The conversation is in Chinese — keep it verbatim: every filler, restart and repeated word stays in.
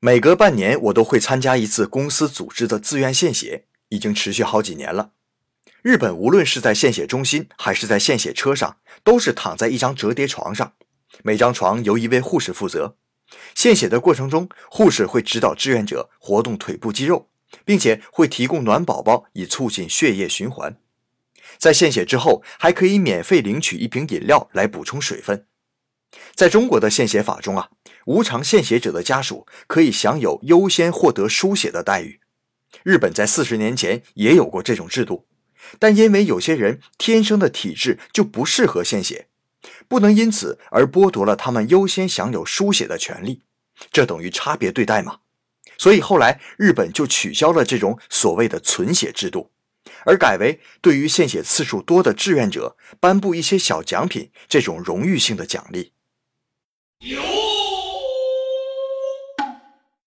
每隔半年我都会参加一次公司组织的自愿献血，已经持续好几年了。日本无论是在献血中心还是在献血车上，都是躺在一张折叠床上，每张床由一位护士负责。献血的过程中，护士会指导志愿者活动腿部肌肉，并且会提供暖宝宝以促进血液循环。在献血之后，还可以免费领取一瓶饮料来补充水分。在中国的献血法中啊，无偿献血者的家属可以享有优先获得输血的待遇。日本在四十年前也有过这种制度，但因为有些人天生的体质就不适合献血，不能因此而剥夺了他们优先享有输血的权利，这等于差别对待吗？所以后来日本就取消了这种所谓的存血制度，而改为对于献血次数多的志愿者颁布一些小奖品，这种荣誉性的奖励。